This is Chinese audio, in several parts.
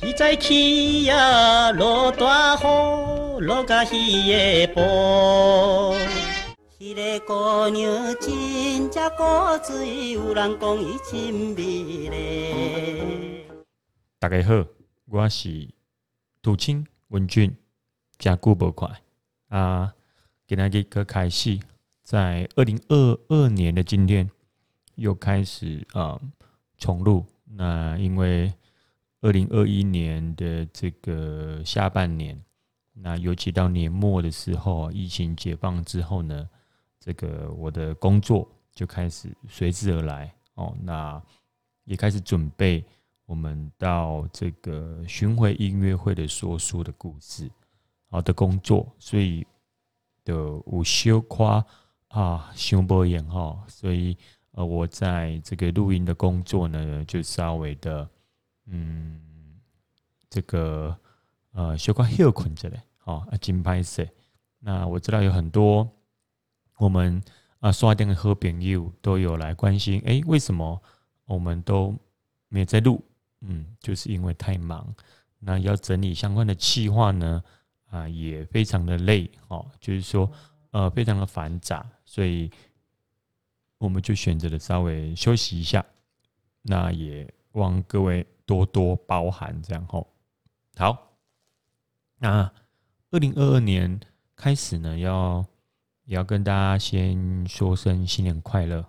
一早起呀，落大雨，落甲鱼的埔。迄个姑娘真正古水，有人讲伊真美丽。 大家好，我是杜青文俊，真久无看啊！今天一个开始，在2022年的今天又开始重录。那因为2021年的这个下半年，那尤其到年末的时候，疫情解放之后呢，这个我的工作就开始随之而来哦。那也开始准备我们到这个巡回音乐会的说书的故事的工作，所以的有小夸想不严哈，所以我在这个录音的工作呢，就稍微的这个小夸休困着嘞，真歹势。那我知道有很多我们刷电的好朋友都有来关心，为什么我们都没有在录？就是因为太忙，那要整理相关的企划呢，也非常的累就是说非常的繁杂，所以我们就选择了稍微休息一下，那也望各位多多包涵这样吼。好，那2022年开始呢，也要跟大家先说声新年快乐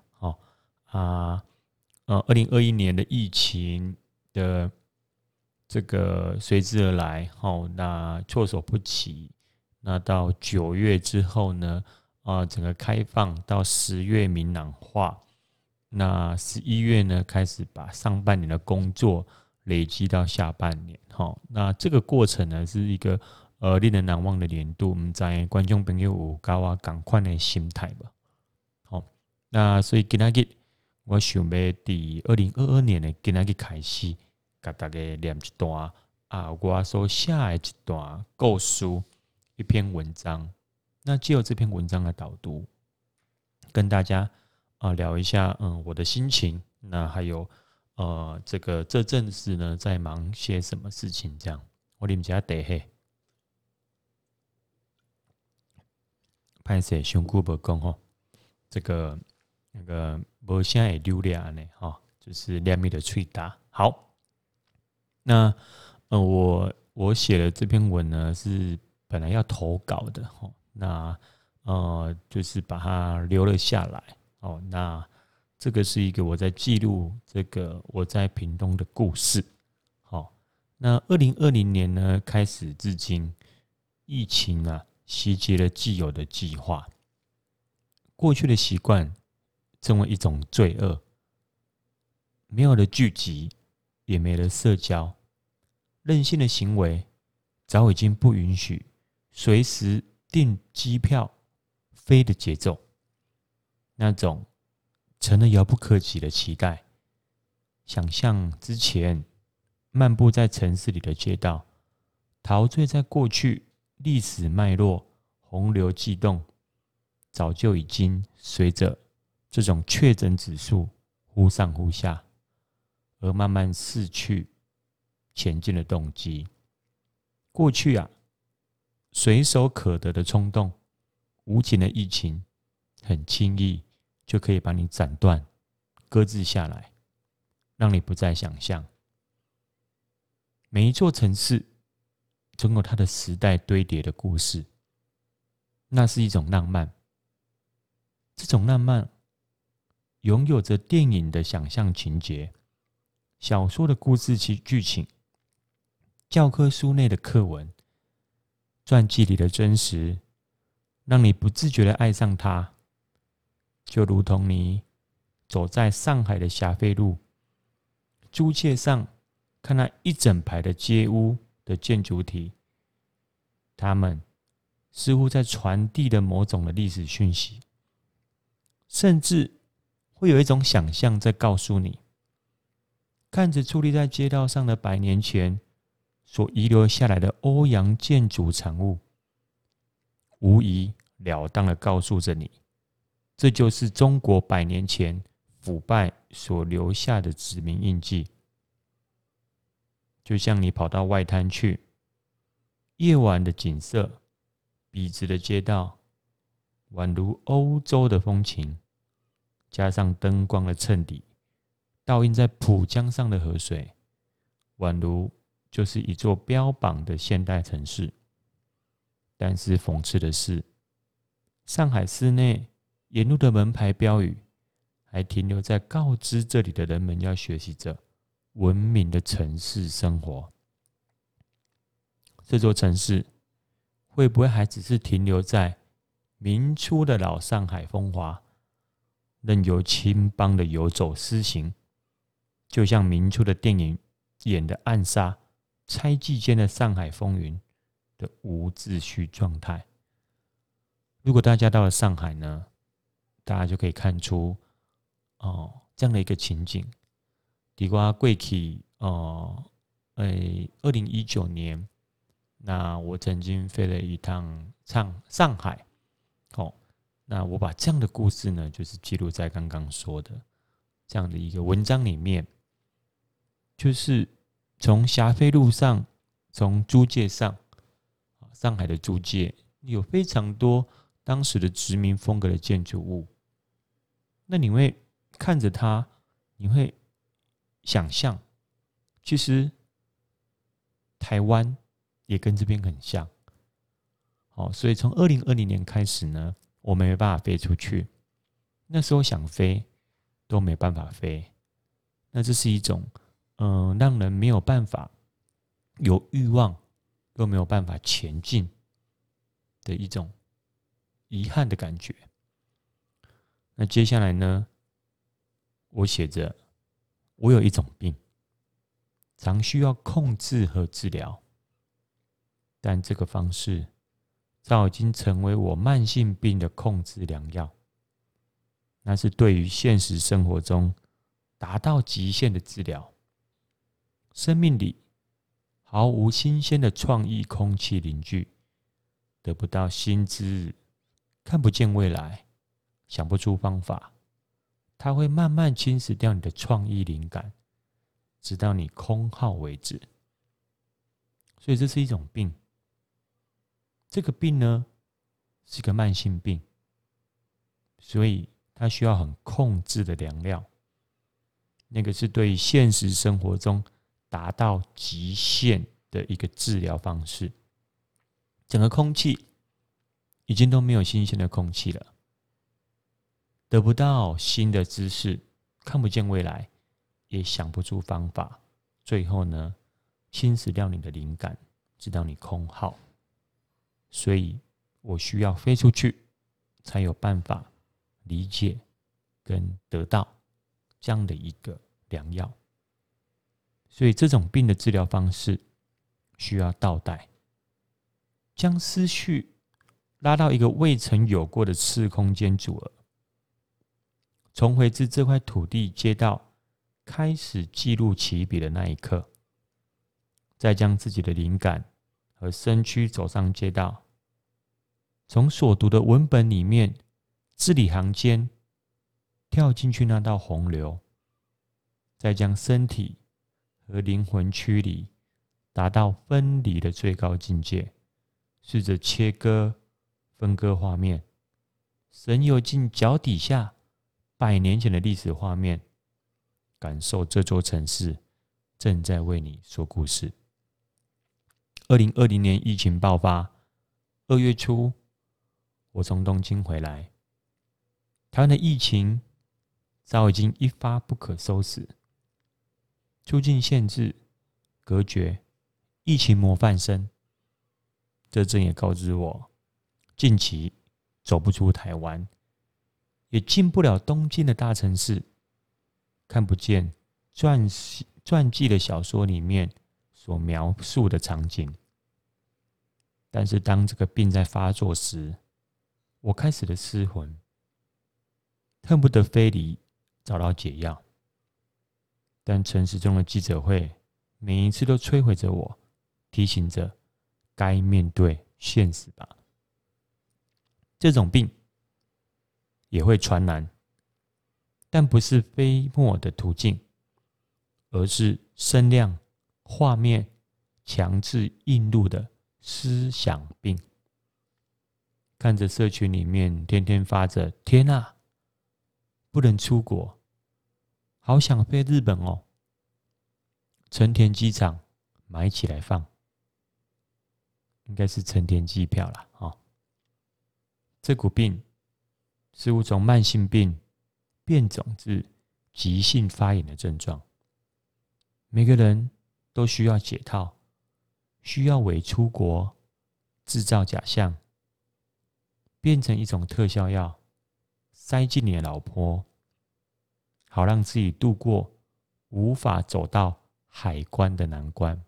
2021年的疫情的这个随之而来，那措手不及。那到9月之后呢，整个开放到10月明朗化，那11月呢开始把上半年的工作累积到下半年，那这个过程呢是一个令人难忘的年度。不知道观众朋友有跟我同款的心态吧？那所以今天我想要在2022年的今天开始，给大家念一段我所写的一段故事，一篇文章。那藉由这篇文章的导读，跟大家聊一下我的心情，那还有这阵子呢在忙些什么事情？这样，我啉一下茶嘿，歹势伤久无讲吼，这个那个无啥会流量呢就是念咪的喙答。好，那我写的这篇文呢是本来要投稿的那就是把它留了下来那这个是一个我在记录这个我在屏东的故事。那2020年呢开始至今，疫情袭击了既有的计划，过去的习惯成为一种罪恶，没有了聚集，也没了社交，任性的行为早已经不允许随时订机票飞的节奏，那种成了遥不可及的期待。想象之前漫步在城市里的街道，陶醉在过去历史脉络洪流悸动，早就已经随着这种确诊指数忽上忽下，而慢慢逝去前进的动机。过去随手可得的冲动，无情的疫情很轻易就可以把你斩断搁置下来，让你不再想象。每一座城市总有它的时代堆叠的故事，那是一种浪漫。这种浪漫拥有着电影的想象情节，小说的故事剧情，教科书内的课文，传记里的真实，让你不自觉地爱上它。就如同你走在上海的霞飞路，租界上看那一整排的街屋的建筑体，它们似乎在传递的某种的历史讯息，甚至会有一种想象在告诉你，看着矗立在街道上的100年前所遗留下来的欧洋建筑产物，无疑了当地告诉着你，这就是中国100年前腐败所留下的指明印记。 就像你跑到外滩去，夜晚的景色，笔直的街道，宛如欧洲的风情，加上灯光的衬底，倒映在浦江上的河水，宛如就是一座标榜的现代城市。但是讽刺的是，上海市内沿路的门牌标语还停留在告知这里的人们要学习着文明的城市生活。这座城市会不会还只是停留在明初的老上海风华，任由青帮的游走私行，就像明初的电影演的暗杀、猜忌间的上海风云的无秩序状态？如果大家到了上海呢，大家就可以看出这样的一个情景。在我过去2019年，那我曾经飞了一趟上海，那我把这样的故事呢，就是记录在刚刚说的这样的一个文章里面，就是从霞飞路上，从租界上，上海的租界有非常多当时的殖民风格的建筑物，那你会看着它，你会想象，其实台湾也跟这边很像。所以从2020年开始呢，我们没办法飞出去，那时候想飞都没办法飞。那这是一种让人没有办法有欲望又没有办法前进的一种遗憾的感觉。那接下来呢，我写着，我有一种病，常需要控制和治疗，但这个方式早已经成为我慢性病的控制良药。那是对于现实生活中达到极限的治疗。生命里毫无新鲜的创意空气凝聚，得不到新之日，看不见未来，想不出方法，它会慢慢侵蚀掉你的创意灵感，直到你空耗为止。所以这是一种病。这个病呢，是个慢性病，所以它需要很控制的良药。那个是对于现实生活中达到极限的一个治疗方式。整个空气已经都没有新鲜的空气了，得不到新的知识，看不见未来，也想不出方法，最后呢，侵蚀掉你的灵感，直到你空耗。所以我需要飞出去，才有办法理解跟得到这样的一个良药。所以这种病的治疗方式需要倒带，将思绪拉到一个未曾有过的次空间组合，重回至这块土地街道开始记录起笔的那一刻，再将自己的灵感和身躯走上街道，从所读的文本里面字里行间跳进去那道洪流，再将身体和灵魂驱离，达到分离的最高境界，试着切割分割画面，神游进脚底下100年前的历史画面，感受这座城市正在为你说故事。2020年疫情爆发，2月初我从东京回来，台湾的疫情早已经一发不可收拾，出境限制、隔绝、疫情模范生，这正也告知我，近期走不出台湾，也进不了东京的大城市，看不见传记的小说里面所描述的场景。但是当这个病在发作时，我开始了失魂，恨不得飞离找到解药。但陈时中的记者会每一次都摧毁着我，提醒着该面对现实吧。这种病也会传染，但不是飞沫的途径，而是声量画面强制映入的思想病。看着社群里面天天发着天啊，不能出国，好想飞日本哦，成田机场买起来放，应该是成田机票啦哦。这股病似乎从慢性病变种至急性发炎的症状，每个人都需要解套，需要伪出国，制造假象，变成一种特效药，塞进你的脑波，好让自己度过无法走到海关的难关。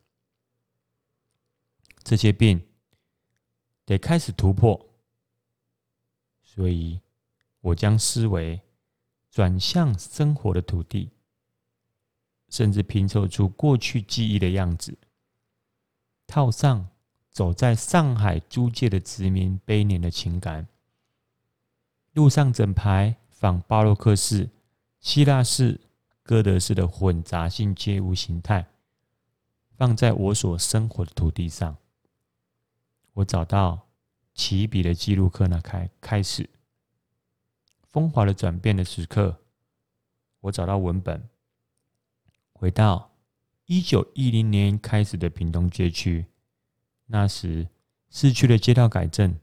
这些病得开始突破，所以我将思维转向生活的土地，甚至拼凑出过去记忆的样子，套上走在上海租界的殖民悲年的情感，路上整排仿巴洛克式、希腊式、哥德式的混杂性街屋形态，放在我所生活的土地上。我找到起笔的记录课那开始，风华的转变的时刻，我找到文本，回到1910年开始的屏东街区，那时市区的街道改正，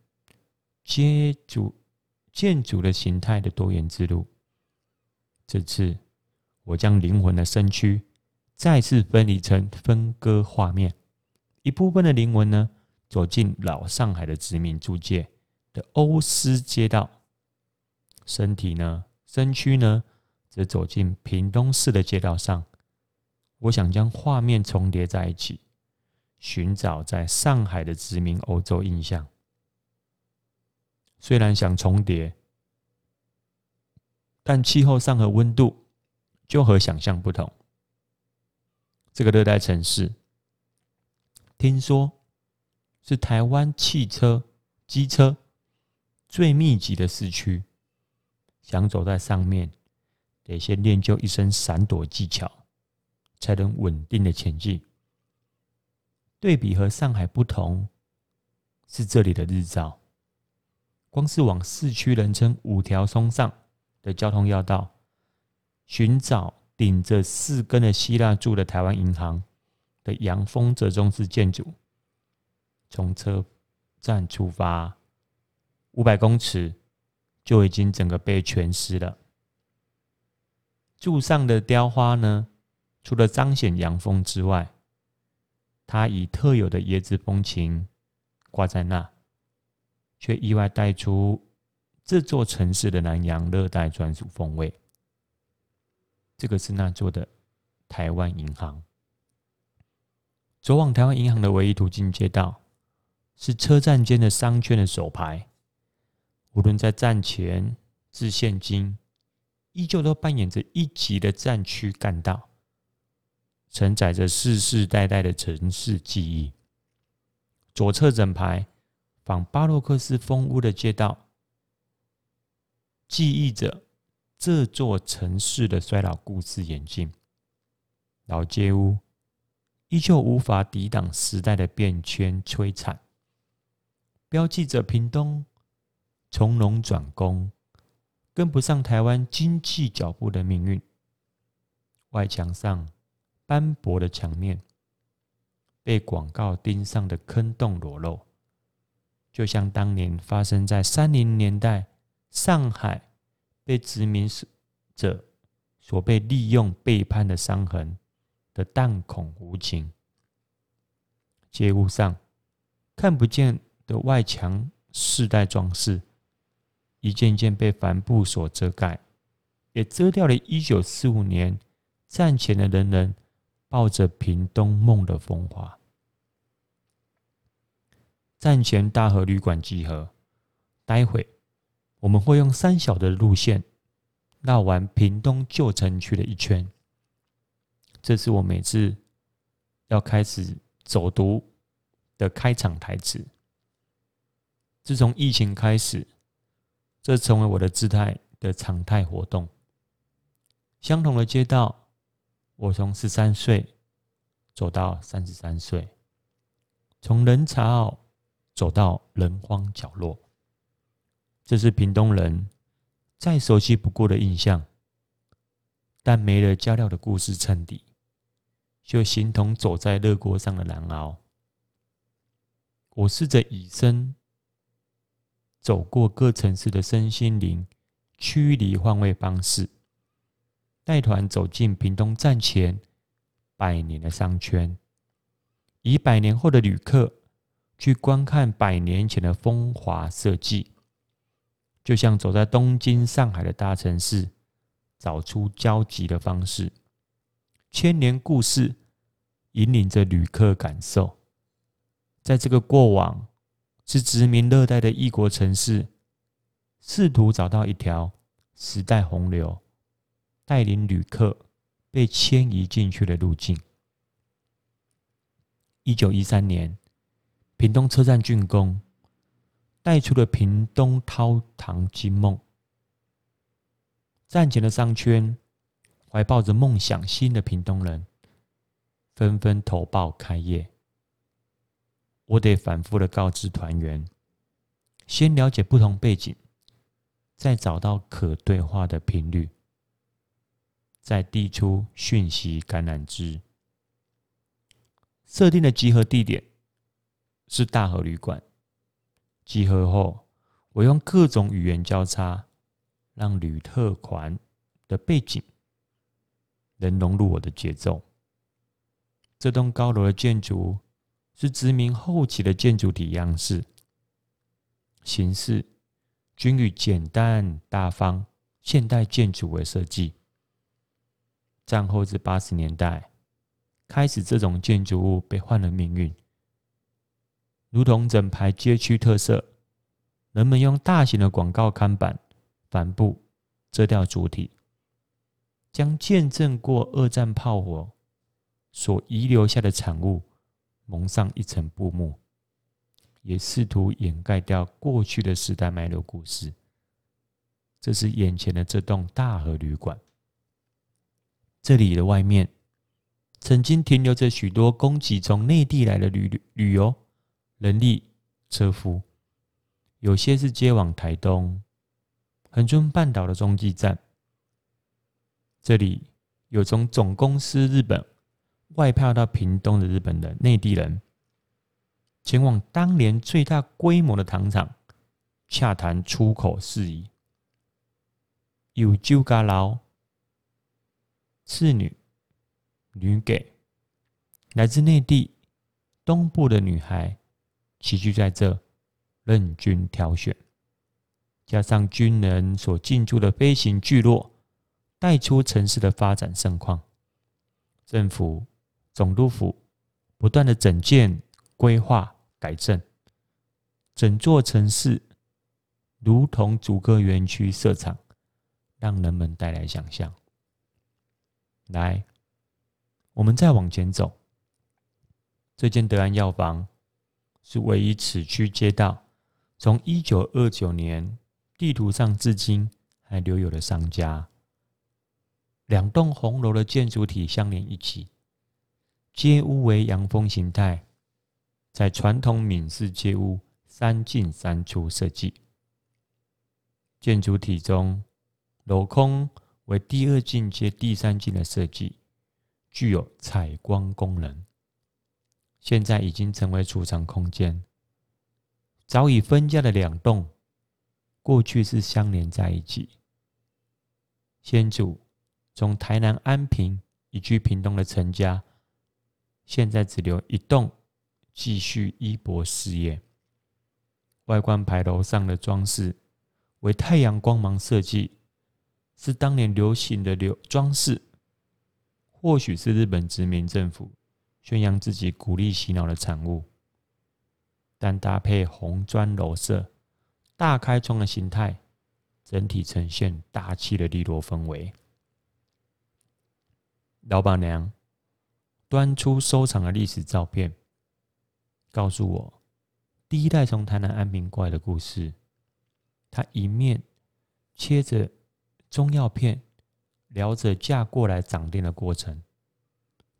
建筑的形态的多元之路。这次我将灵魂的身躯再次分离成分割画面，一部分的灵魂呢，走进老上海的殖民租界的欧式街道，身躯呢，则走进屏东市的街道上。我想将画面重叠在一起，寻找在上海的殖民欧洲印象。虽然想重叠，但气候上和温度就和想象不同。这个热带城市，听说是台湾机车最密集的市区，想走在上面，得先练就一身闪躲技巧，才能稳定的前进。对比和上海不同，是这里的日照。光是往市区人称5条松上的交通要道，寻找顶着4根的希腊柱的台湾银行的洋风折中式建筑，从车站出发500公尺就已经整个被全湿了。柱上的雕花呢，除了彰显洋风之外，它以特有的椰子风情挂在那，却意外带出这座城市的南洋热带专属风味。这个是那座的台湾银行。走往台湾银行的唯一途径街道，是车站间的商圈的手牌。无论在站前至现今，依旧都扮演着一级的站区干道，承载着世世代代的城市记忆。左侧整排仿巴洛克式风屋的街道，记忆着这座城市的衰老故事演进。老街屋依旧无法抵挡时代的变迁摧残，标记着屏东从农转工，跟不上台湾经济脚步的命运。外墙上斑驳的墙面，被广告钉上的坑洞裸露，就像当年发生在30年代上海被殖民者所被利用背叛的伤痕的弹孔无情。街屋上看不见的外墙世代装饰，一件件被帆布所遮盖，也遮掉了1945年战前的人人抱着屏东梦的风华。站前大和旅馆集合，待会我们会用3小的路线绕完屏东旧城区的一圈。这是我每次要开始走读的开场台词。自从疫情开始，这成为我的姿态的常态活动。相同的街道，我从13岁走到33岁，从人潮走到人荒角落，这是屏东人再熟悉不过的印象，但没了加料的故事衬底，就形同走在热锅上的难熬。我试着以身走过各城市的身心灵驱离换位方式，带团走进屏东站前100年的商圈，以100年后的旅客去观看100年前的风华设计，就像走在东京、上海的大城市，找出交集的方式，千年故事引领着旅客感受。在这个过往是殖民热带的异国城市，试图找到一条时代洪流，带领旅客被迁移进去的路径。1913年，屏东车站竣工，带出了屏东掏糖金梦。站前的商圈，怀抱着梦想新的屏东人，纷纷投报开业。我得反复的告知团员，先了解不同背景，再找到可对话的频率，再递出讯息感染枝。设定的集合地点是大和旅馆。集合后，我用各种语言交叉，让旅特团的背景能融入我的节奏。这栋高楼的建筑是殖民后期的建筑体样式，形式均以简单大方现代建筑为设计。战后至80年代，开始这种建筑物被换了命运，如同整排街区特色，人们用大型的广告看板帆布遮掉主体，将见证过二战炮火所遗留下的产物蒙上一层布幕，也试图掩盖掉过去的时代脉络故事。这是眼前的这栋大和旅馆，这里的外面曾经停留着许多供给从内地来的旅游人力车夫，有些是接往台东、恒春半岛的中继站。这里有从总公司日本外派到屏东的日本的内地人，前往当年最大规模的糖厂洽谈出口事宜。有酒家佬、次女、女给，来自内地东部的女孩齐聚在这，任君挑选。加上军人所进驻的飞行聚落，带出城市的发展盛况。政府总督府不断的整建、规划、改正，整座城市如同竹科园区设厂，让人们带来想象。来，我们再往前走。这间德安药房是唯一此区街道从1929年地图上至今还留有的商家。2栋红楼的建筑体相连一起，街屋为洋风形态，在传统闽式街屋3进3出设计。建筑体中，镂空为第2进接第3进的设计，具有采光功能。现在已经成为储藏空间。早已分家的2栋，过去是相连在一起。先祖从台南安平移居屏东的陈家，现在只留1栋继续衣钵事业。外观牌楼上的装饰为太阳光芒设计，是当年流行的装饰，或许是日本殖民政府宣扬自己鼓励洗脑的产物，但搭配红砖楼色、大开窗的形态，整体呈现大气的利落氛围。老板娘端出收藏的历史照片，告诉我第1代从台南安平过来的故事。她一面切着中药片，聊着嫁过来长店的过程，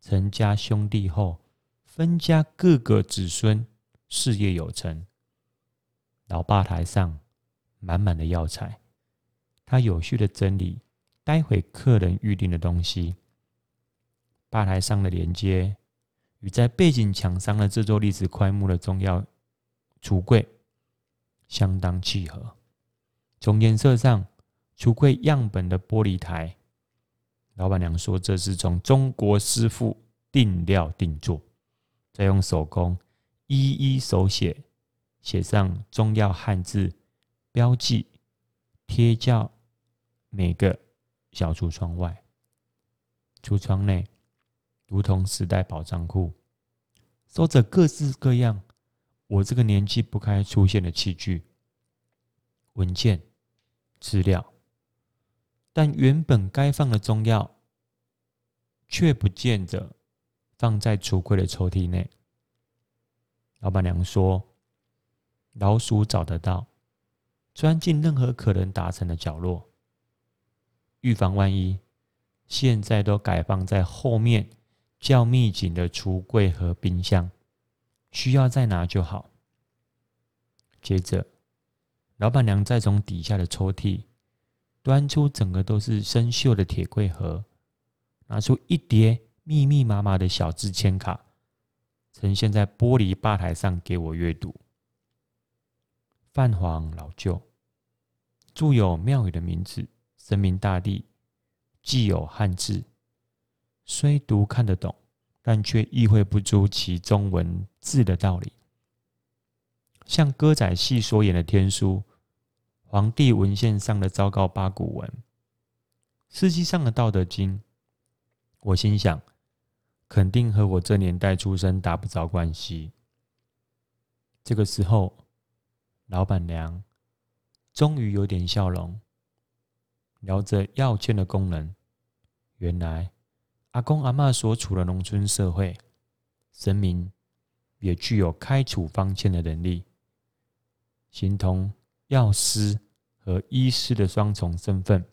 成家兄弟后，分家各个子孙事业有成。老吧台上满满的药材，他有序的整理待会客人预定的东西。吧台上的连接与在背景墙上的这座历史块木的中药橱柜相当契合。从颜色上，橱柜样本的玻璃台，老板娘说这是从中国师傅定料定做，再用手工一一手写，写上中药汉字标记，贴在每个小橱窗外。橱窗内如同时代宝藏库，收着各式各样我这个年纪不该出现的器具、文件、资料，但原本该放的中药却不见得放在橱柜的抽屉内。老板娘说，老鼠找得到，钻进任何可能达成的角落。预防万一，现在都改放在后面较密紧的橱柜和冰箱，需要再拿就好。接着，老板娘再从底下的抽屉端出整个都是生锈的铁柜盒，拿出一叠密密麻麻的小字签卡，呈现在玻璃吧台上给我阅读。泛黄老旧，注有庙宇的名字，神明大帝，既有汉字，虽读看得懂，但却意会不出其中文字的道理。像歌仔戏所演的天书，皇帝文献上的昭告八股文，诗集上的道德经，我心想，肯定和我这年代出生打不着关系。这个时候，老板娘终于有点笑容，聊着药签的功能。原来阿公阿嬷所处的农村社会，神明也具有开处方签的能力，形同药师和医师的双重身份。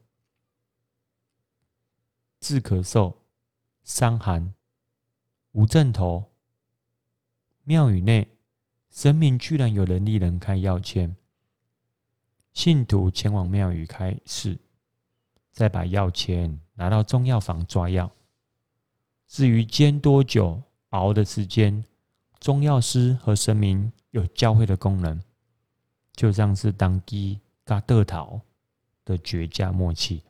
治咳嗽、伤寒、无症头，庙宇内神明居然有能力能开药签，信徒前往庙宇开示，再把药签拿到中药房抓药。至于煎多久、熬的时间，中药师和神明有交汇的功能，就像是当机跟得逃的绝佳默契。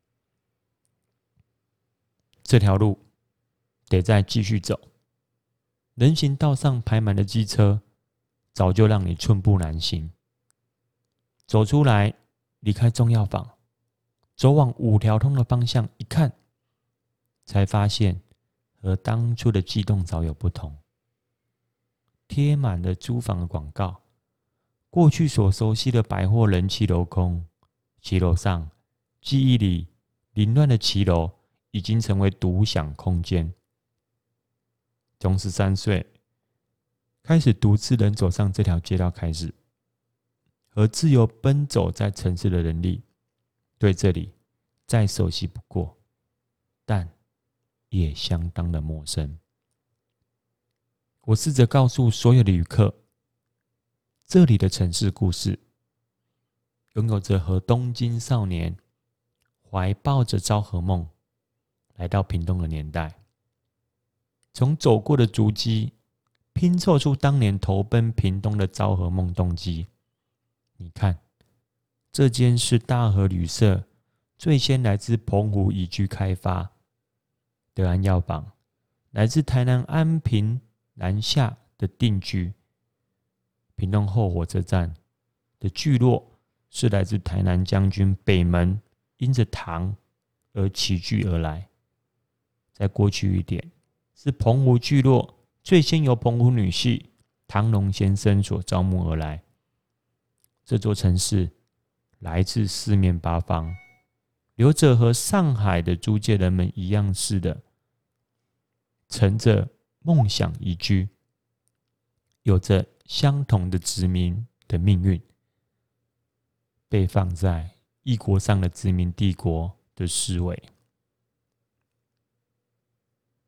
这条路得再继续走，人行道上排满了机车，早就让你寸步难行。走出来，离开中药房，走往5条通的方向一看，才发现和当初的悸动早有不同。贴满了租房的广告，过去所熟悉的百货人气楼空，骑楼上记忆里凌乱的骑楼已经成为独享空间。从13岁开始独自人走上这条街道开始，和自由奔走在城市的人力，对这里再熟悉不过，但也相当的陌生。我试着告诉所有的旅客，这里的城市故事拥有着和东京少年怀抱着昭和梦来到屏东的年代，从走过的足迹拼凑出当年投奔屏东的昭和梦动机。你看，这间是大和旅社最先来自澎湖移居开发，德安药房来自台南安平南下的定居，屏东后火车站的聚落是来自台南将军北门因着糖而齐聚而来。再过去一点，是澎湖聚落最先由澎湖女婿唐龙先生所招募而来。这座城市来自四面八方，留着和上海的租界人们一样似的，乘着梦想移居，有着相同的殖民的命运，被放在异国上的殖民帝国的思维。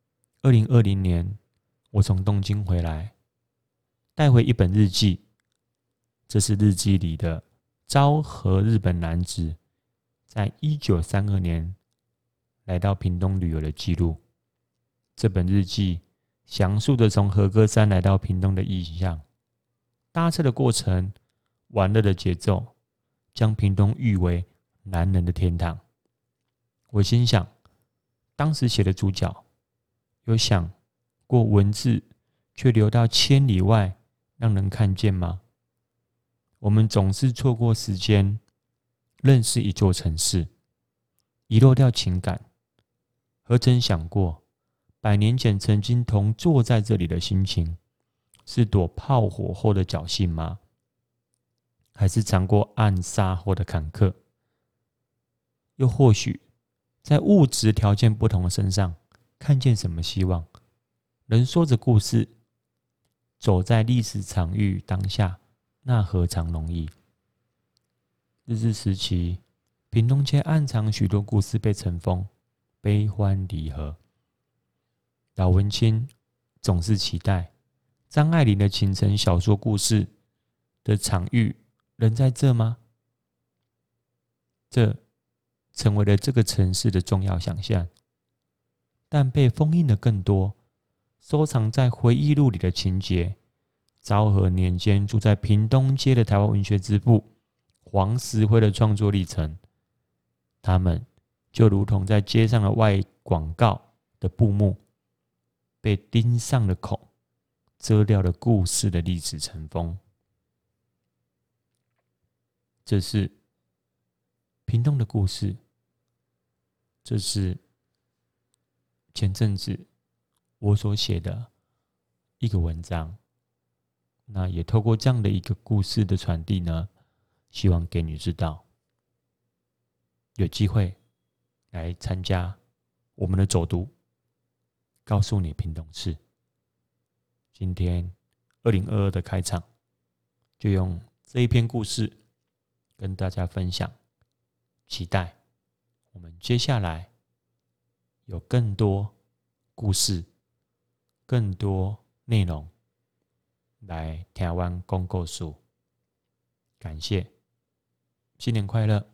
2020年，我从东京回来，带回一本日记，这是日记里的昭和日本男子在1932年来到屏东旅游的记录。这本日记详述的从和歌山来到屏东的意象，搭车的过程，玩乐的节奏，将屏东誉为男人的天堂。我心想，当时写的主角有想过文字却流到千里外让人看见吗？我们总是错过时间，认识一座城市，遗漏掉情感。何曾想过100年前曾经同坐在这里的心情，是躲炮火后的侥幸吗？还是尝过暗杀后的坎坷？又或许在物质条件不同的身上看见什么希望？人说着故事，走在历史场域当下，那何尝容易？日治时期，屏东街暗藏许多故事被尘封，悲欢离合。老文青总是期待张爱玲的情城小说故事的场域仍在这吗？这成为了这个城市的重要想象，但被封印的更多，收藏在回忆录里的情节。昭和年间住在屏东街的台湾文学之父黄石辉的创作历程，他们就如同在街上的外广告的布幕，被钉上了孔，遮掉了故事的历史尘封。这是屏东的故事，这是前阵子我所写的一个文章。那也透过这样的一个故事的传递呢，希望给你知道，有机会来参加我们的走读，告诉你屏东市。今天2022的开场，就用这一篇故事跟大家分享，期待我们接下来有更多故事，更多内容来台湾公告书。感谢，新年快乐！